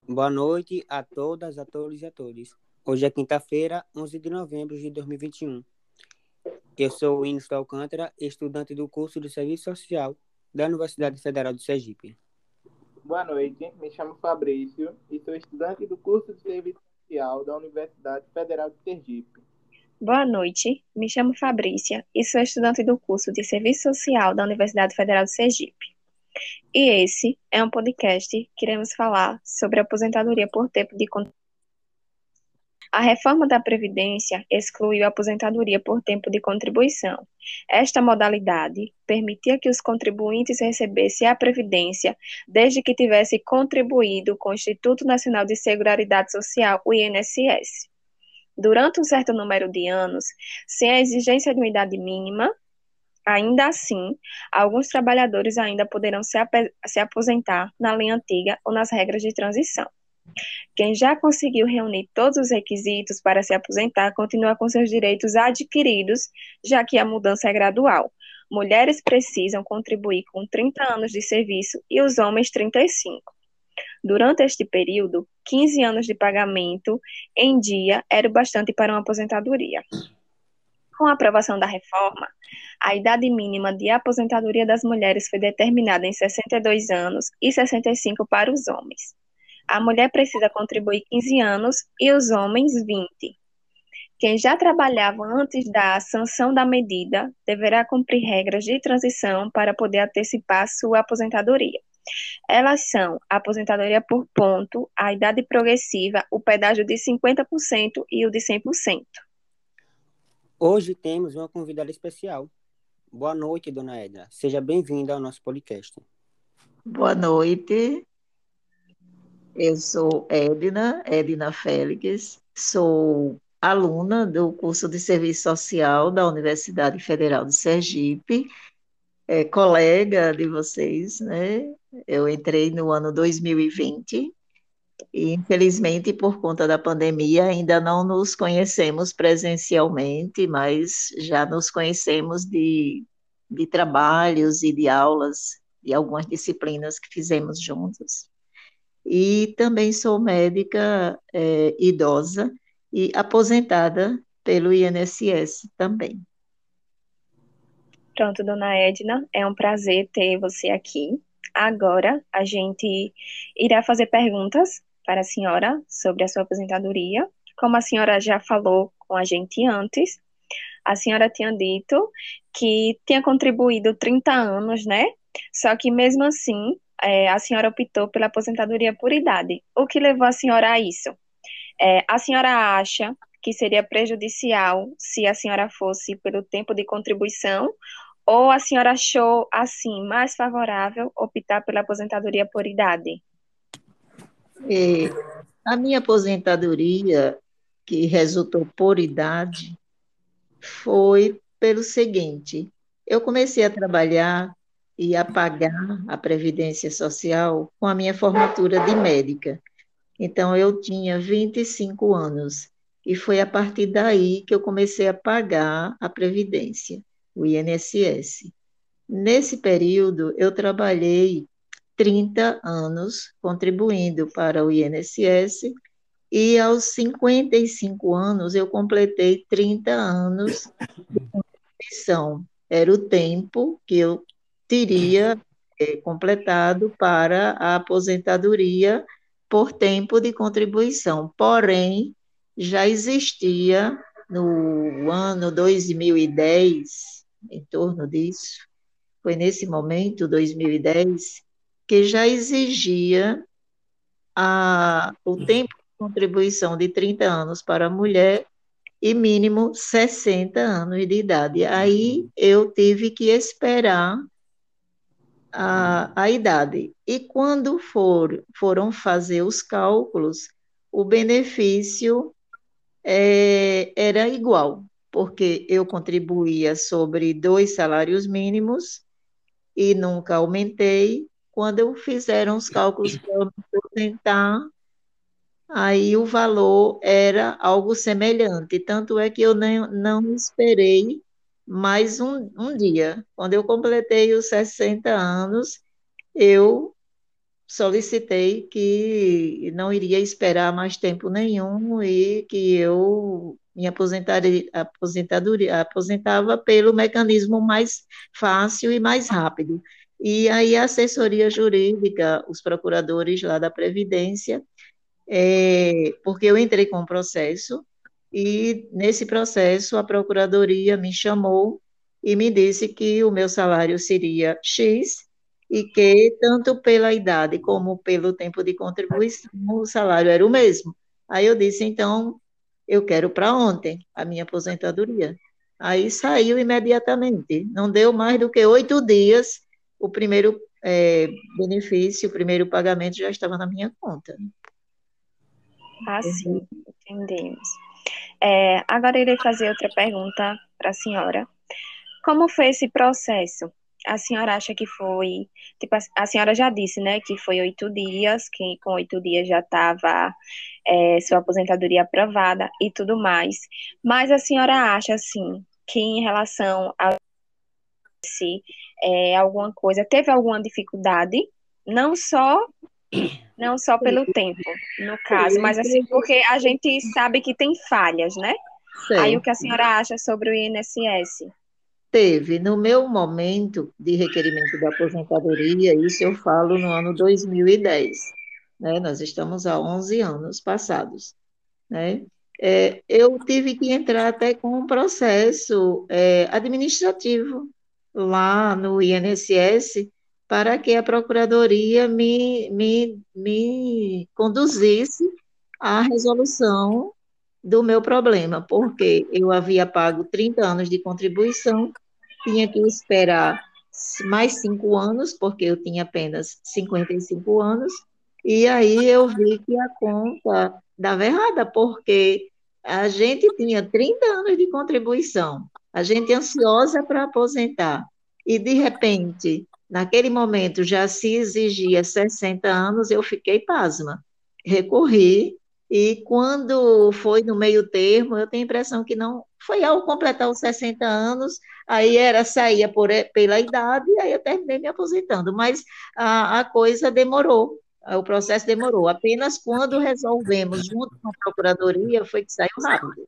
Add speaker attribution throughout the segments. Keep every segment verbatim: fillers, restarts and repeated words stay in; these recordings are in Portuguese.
Speaker 1: Boa noite a todas, a todos e a todos. Hoje é quinta-feira, onze de novembro de dois mil e vinte e um. Eu sou o Inos Alcântara, estudante do curso de Serviço Social da Universidade Federal de Sergipe.
Speaker 2: Boa noite, me chamo Fabrício e sou estudante do curso de Serviço Social da Universidade Federal de Sergipe.
Speaker 3: Boa noite, me chamo Fabrícia e sou estudante do curso de Serviço Social da Universidade Federal de Sergipe. E esse é um podcast que iremos falar sobre aposentadoria por tempo de contribuição. A reforma da Previdência excluiu a aposentadoria por tempo de contribuição. Esta modalidade permitia que os contribuintes recebessem a Previdência desde que tivesse contribuído com o Instituto Nacional de Seguridade Social, o I N S S. Durante um certo número de anos, sem a exigência de uma idade mínima, ainda assim, alguns trabalhadores ainda poderão se, se aposentar na lei antiga ou nas regras de transição. Quem já conseguiu reunir todos os requisitos para se aposentar continua com seus direitos adquiridos, já que a mudança é gradual. Mulheres precisam contribuir com trinta anos de serviço e os homens trinta e cinco. Durante este período, quinze anos de pagamento em dia era o bastante para uma aposentadoria. Com a aprovação da reforma, a idade mínima de aposentadoria das mulheres foi determinada em sessenta e dois anos e sessenta e cinco para os homens. A mulher precisa contribuir quinze anos e os homens vinte. Quem já trabalhava antes da sanção da medida deverá cumprir regras de transição para poder antecipar sua aposentadoria. Elas são a aposentadoria por ponto, a idade progressiva, o pedágio de cinquenta por cento e o de cem por cento.
Speaker 1: Hoje temos uma convidada especial. Boa noite, dona Edna. Seja bem-vinda ao nosso podcast.
Speaker 4: Boa noite. Eu sou Edna, Edna Félix, sou aluna do curso de Serviço Social da Universidade Federal de Sergipe, é, colega de vocês, né? Eu entrei no ano dois mil e vinte e, infelizmente, por conta da pandemia, ainda não nos conhecemos presencialmente, mas já nos conhecemos de, de trabalhos e de aulas, de algumas disciplinas que fizemos juntos. E também sou médica é, idosa e aposentada pelo I N S S também.
Speaker 3: Pronto, dona Edna, é um prazer ter você aqui. Agora a gente irá fazer perguntas para a senhora sobre a sua aposentadoria. Como a senhora já falou com a gente antes, a senhora tinha dito que tinha contribuído trinta anos, né? Só que mesmo assim, é, a senhora optou pela aposentadoria por idade. O que levou a senhora a isso? É, a senhora acha que seria prejudicial se a senhora fosse pelo tempo de contribuição, ou a senhora achou, assim, mais favorável optar pela aposentadoria por idade?
Speaker 4: E a minha aposentadoria, que resultou por idade, foi pelo seguinte: eu comecei a trabalhar e a pagar a Previdência Social com a minha formatura de médica. Então, eu tinha vinte e cinco anos, e foi a partir daí que eu comecei a pagar a Previdência, o I N S S. Nesse período, eu trabalhei trinta anos contribuindo para o I N S S, e aos cinquenta e cinco anos eu completei trinta anos de contribuição. Era o tempo que eu teria eh, completado para a aposentadoria por tempo de contribuição. Porém, já existia no ano dois mil e dez, em torno disso, foi nesse momento, dois mil e dez, que já exigia a, o tempo de contribuição de trinta anos para a mulher e mínimo sessenta anos de idade. Aí eu tive que esperar a, a idade. E quando for, foram fazer os cálculos, o benefício é, era igual, porque eu contribuía sobre dois salários mínimos e nunca aumentei. Quando eu fizeram os cálculos para me aposentar, aí o valor era algo semelhante. Tanto é que eu não, não esperei mais um, um dia. Quando eu completei os sessenta anos, eu solicitei que não iria esperar mais tempo nenhum e que eu me aposentaria, aposentadoria, aposentava pelo mecanismo mais fácil e mais rápido. E aí a assessoria jurídica, os procuradores lá da Previdência, é, porque eu entrei com o processo, e nesse processo a Procuradoria me chamou e me disse que o meu salário seria X e que, tanto pela idade como pelo tempo de contribuição, o salário era o mesmo. Aí eu disse, então, eu quero para ontem a minha aposentadoria. Aí saiu imediatamente, não deu mais do que oito dias, o primeiro é, benefício, o primeiro pagamento já estava na minha conta.
Speaker 3: Ah, sim, entendemos. É, agora irei fazer outra pergunta para a senhora. Como foi esse processo? A senhora acha que foi, tipo, a, a senhora já disse, né, que foi oito dias, que com oito dias já estava é, sua aposentadoria aprovada e tudo mais. Mas a senhora acha, assim, que em relação a se é, alguma coisa, teve alguma dificuldade? Não só não só pelo tempo, no caso, mas assim, porque a gente sabe que tem falhas, né? Aí o
Speaker 4: Certo.
Speaker 3: que a senhora acha sobre o I N S S?
Speaker 4: Teve, no meu momento de requerimento da aposentadoria, isso eu falo no ano dois mil e dez, né? Nós estamos há onze anos passados, né? É, eu tive que entrar até com um processo é, administrativo lá no I N S S para que a Procuradoria me, me, me conduzisse à resolução do meu problema, porque eu havia pago trinta anos de contribuição, tinha que esperar mais cinco anos, porque eu tinha apenas cinquenta e cinco anos, e aí eu vi que a conta dava errada, porque a gente tinha trinta anos de contribuição, a gente ansiosa para aposentar, e de repente, naquele momento já se exigia sessenta anos, eu fiquei pasma. Recorri, e quando foi no meio termo, eu tenho a impressão que não foi ao completar os sessenta anos, aí era saía por, pela idade, e aí eu terminei me aposentando, mas a, a coisa demorou, o processo demorou. Apenas quando resolvemos junto com a Procuradoria foi que saiu rápido.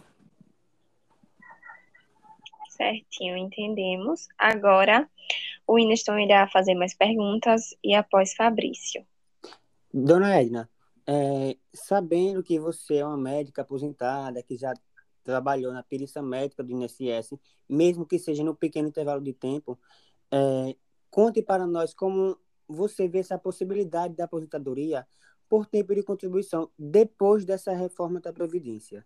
Speaker 3: Certinho, entendemos. Agora, o Winston irá fazer mais perguntas e após Fabrício.
Speaker 1: Dona Edna, é, sabendo que você é uma médica aposentada, que já trabalhou na perícia médica do I N S S, mesmo que seja no pequeno intervalo de tempo, é, conte para nós como você vê essa possibilidade da aposentadoria por tempo de contribuição depois dessa reforma da Previdência.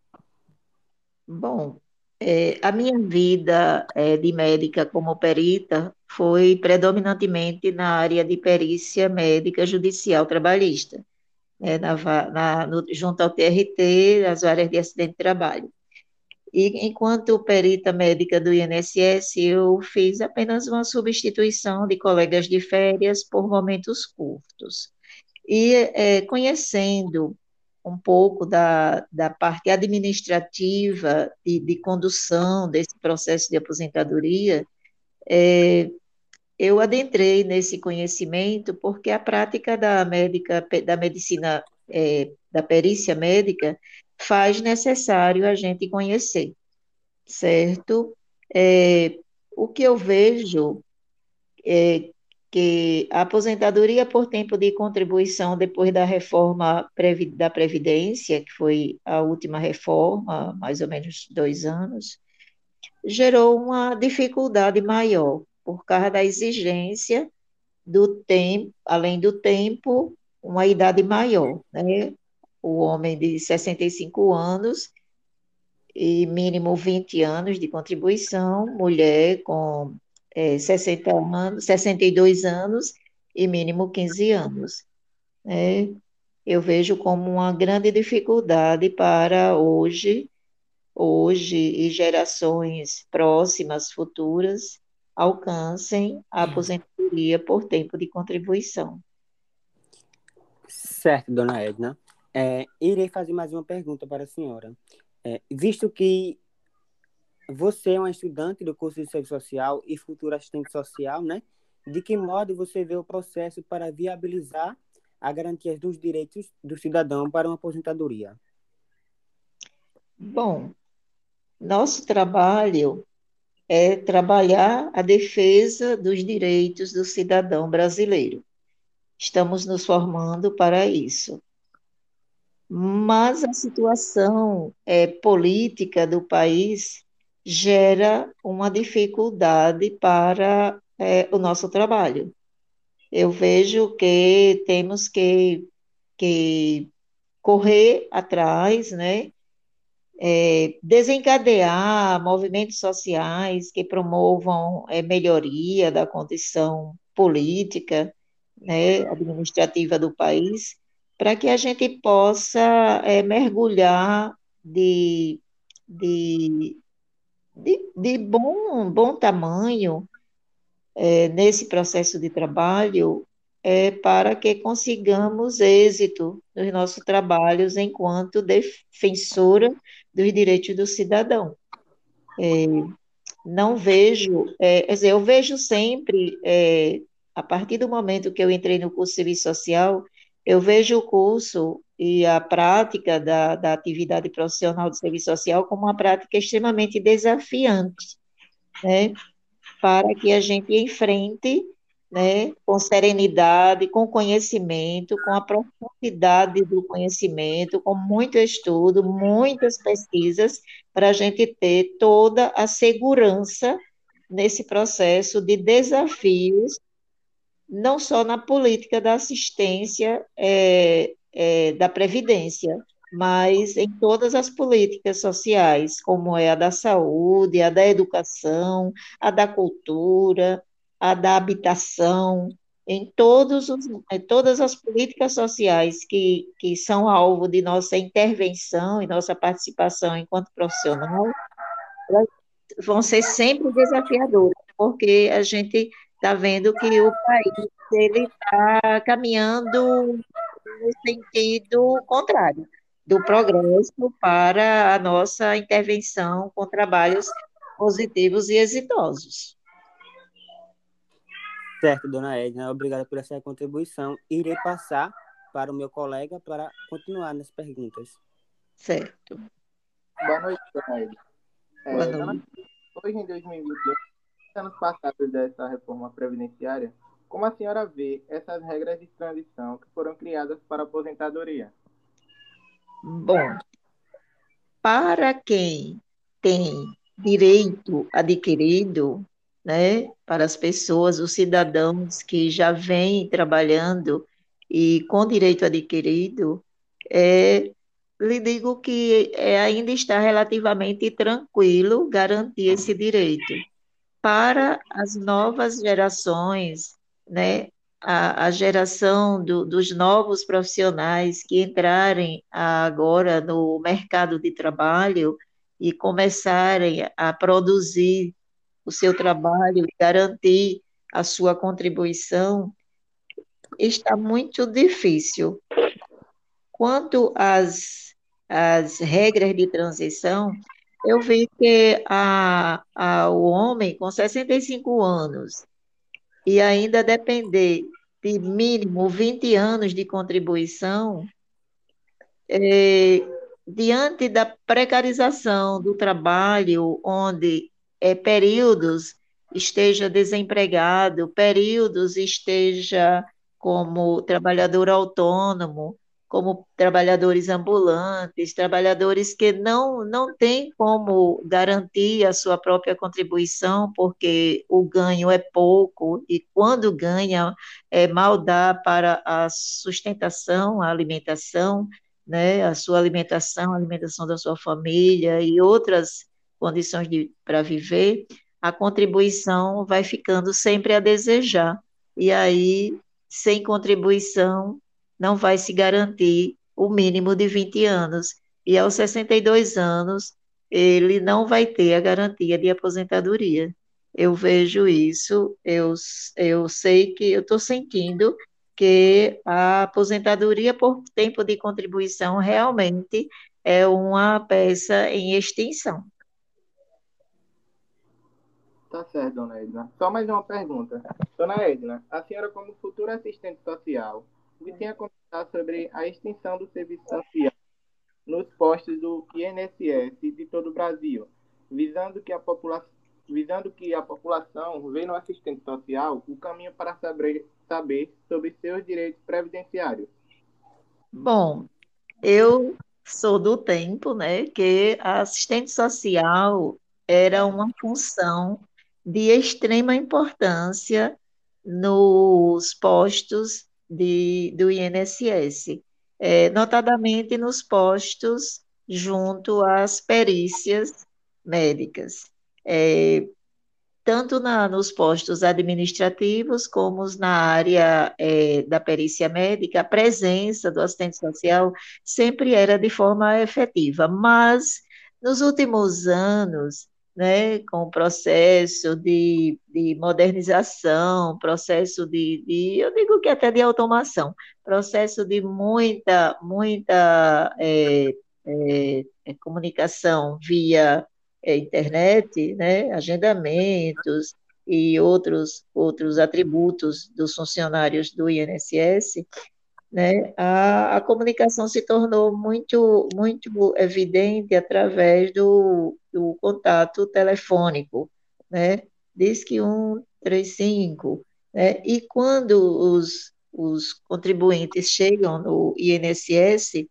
Speaker 4: Bom, é, a minha vida é, de médica como perita foi predominantemente na área de perícia médica judicial trabalhista, né, na, na, no, junto ao T R T, as áreas de acidente de trabalho. E enquanto perita médica do I N S S, eu fiz apenas uma substituição de colegas de férias por momentos curtos. E é, conhecendo um pouco da, da parte administrativa e de condução desse processo de aposentadoria, é, eu adentrei nesse conhecimento porque a prática da médica, da medicina, é, da perícia médica, faz necessário a gente conhecer, certo? É, o que eu vejo é que a aposentadoria por tempo de contribuição depois da reforma da Previdência, que foi a última reforma, mais ou menos dois anos, gerou uma dificuldade maior, por causa da exigência do tempo, além do tempo, uma idade maior, né? O homem de sessenta e cinco anos e mínimo vinte anos de contribuição, mulher com é, sessenta anos, sessenta e dois anos e mínimo quinze anos, né? Eu vejo como uma grande dificuldade para hoje, hoje e gerações próximas, futuras, alcancem a aposentadoria por tempo de contribuição.
Speaker 1: Certo, dona Edna. É, irei fazer mais uma pergunta para a senhora. É, visto que você é uma estudante do curso de Serviço Social e futura assistente social, né? De que modo você vê o processo para viabilizar a garantia dos direitos do cidadão para uma aposentadoria?
Speaker 4: Bom, nosso trabalho é trabalhar a defesa dos direitos do cidadão brasileiro. Estamos nos formando para isso. Mas a situação é, política do país gera uma dificuldade para é, o nosso trabalho. Eu vejo que temos que, que correr atrás, né? É, desencadear movimentos sociais que promovam é, melhoria da condição política, né, administrativa do país, para que a gente possa é, mergulhar de, de, de, de bom, bom tamanho é, nesse processo de trabalho, é, para que consigamos êxito nos nossos trabalhos enquanto defensora dos direitos do cidadão. É, não vejo, é, quer dizer, eu vejo sempre, é, a partir do momento que eu entrei no curso de Serviço Social, eu vejo o curso e a prática da, da atividade profissional de serviço social como uma prática extremamente desafiante, né? Para que a gente enfrente, né, com serenidade, com conhecimento, com a profundidade do conhecimento, com muito estudo, muitas pesquisas, para a gente ter toda a segurança nesse processo de desafios, não só na política da assistência é, é, da Previdência, mas em todas as políticas sociais, como é a da saúde, a da educação, a da cultura, a da habitação, em, todos os, em todas as políticas sociais que, que são alvo de nossa intervenção e nossa participação enquanto profissional, elas vão ser sempre desafiadoras, porque a gente está vendo que o país ele está caminhando no sentido contrário do progresso para a nossa intervenção com trabalhos positivos e exitosos.
Speaker 1: Certo, dona Edna, obrigada por essa contribuição. Irei passar para o meu colega para continuar nas perguntas.
Speaker 4: Certo.
Speaker 2: Boa noite, dona Edna.
Speaker 4: Boa
Speaker 2: É, dona,
Speaker 4: noite.
Speaker 2: hoje, em dois mil e vinte e um, anos passados dessa reforma previdenciária, como a senhora vê essas regras de transição que foram criadas para a aposentadoria?
Speaker 4: Bom, para quem tem direito adquirido, né, para as pessoas, os cidadãos que já vêm trabalhando e com direito adquirido, é, lhe digo que é, ainda está relativamente tranquilo garantir esse direito. Para as novas gerações, né, a, a geração do, dos novos profissionais que entrarem agora no mercado de trabalho e começarem a produzir o seu trabalho e garantir a sua contribuição, está muito difícil. Quanto às, às regras de transição, eu vi que a, a, o homem com sessenta e cinco anos e ainda depender de mínimo vinte anos de contribuição, é, diante da precarização do trabalho, onde é, períodos esteja desempregado, períodos esteja como trabalhador autônomo, como trabalhadores ambulantes, trabalhadores que não, não têm como garantir a sua própria contribuição, porque o ganho é pouco, e quando ganha, é, mal dá para a sustentação, a alimentação, né, a sua alimentação, a alimentação da sua família e outras condições para viver, a contribuição vai ficando sempre a desejar. E aí, sem contribuição, não vai se garantir o mínimo de vinte anos. E aos sessenta e dois anos, ele não vai ter a garantia de aposentadoria. Eu vejo isso, eu, eu sei que eu estou sentindo que a aposentadoria por tempo de contribuição realmente é uma peça em extinção.
Speaker 2: Tá certo, dona Edna. Só mais uma pergunta. Dona Edna, a senhora, como futura assistente social, me tinha comentado sobre a extinção do serviço social nos postos do I N S S de todo o Brasil, visando que a população, visando que a população vê no assistente social o caminho para saber, saber sobre seus direitos previdenciários.
Speaker 4: Bom, eu sou do tempo, né, que a assistente social era uma função de extrema importância nos postos de, do I N S S, eh, notadamente nos postos junto às perícias médicas. Eh, tanto na, nos postos administrativos como na área é, da perícia médica, a presença do assistente social sempre era de forma efetiva, mas nos últimos anos, né, com o processo de, de modernização, processo de, de, eu digo que até de automação, processo de muita, muita é, é, comunicação via é, internet, né, agendamentos e outros, outros atributos dos funcionários do I N S S, né, a, a comunicação se tornou muito, muito evidente através do, do contato telefônico, né, diz que um três cinco, né, e quando os, os contribuintes chegam no I N S S,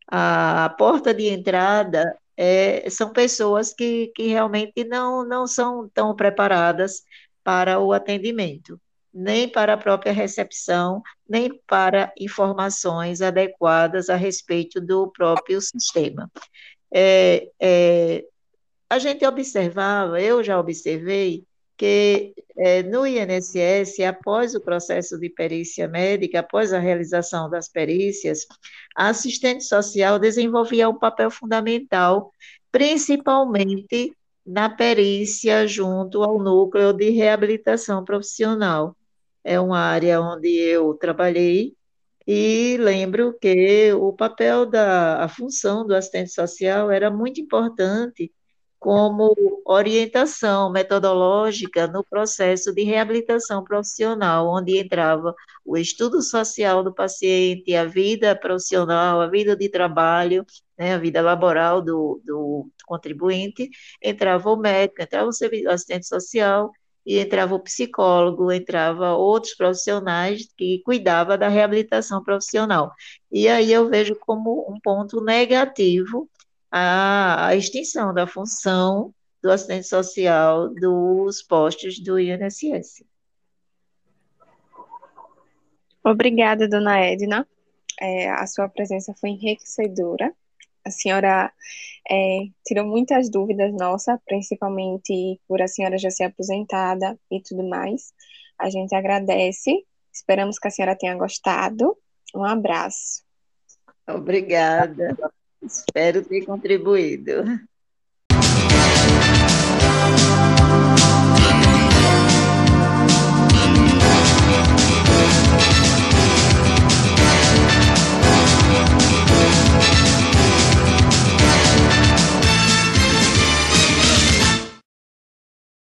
Speaker 4: a porta de entrada é, são pessoas que, que realmente não, não são tão preparadas para o atendimento, nem para a própria recepção, nem para informações adequadas a respeito do próprio sistema. É, é, a gente observava, eu já observei, que é, no I N S S, após o processo de perícia médica, após a realização das perícias, a assistente social desenvolvia um papel fundamental, principalmente na perícia junto ao núcleo de reabilitação profissional. É uma área onde eu trabalhei e lembro que o papel da, a função do assistente social era muito importante como orientação metodológica no processo de reabilitação profissional, onde entrava o estudo social do paciente, a vida profissional, a vida de trabalho, né, a vida laboral do, do contribuinte, entrava o médico, entrava o assistente social, e entrava o psicólogo, entrava outros profissionais que cuidavam da reabilitação profissional. E aí eu vejo como um ponto negativo a, a extinção da função do assistente social dos postos do I N S S.
Speaker 3: Obrigada, dona Edna. É, a sua presença foi enriquecedora. A senhora é, tirou muitas dúvidas nossas, principalmente por a senhora já ser aposentada e tudo mais. A gente agradece. Esperamos que a senhora tenha gostado. Um abraço.
Speaker 4: Obrigada. Espero ter contribuído.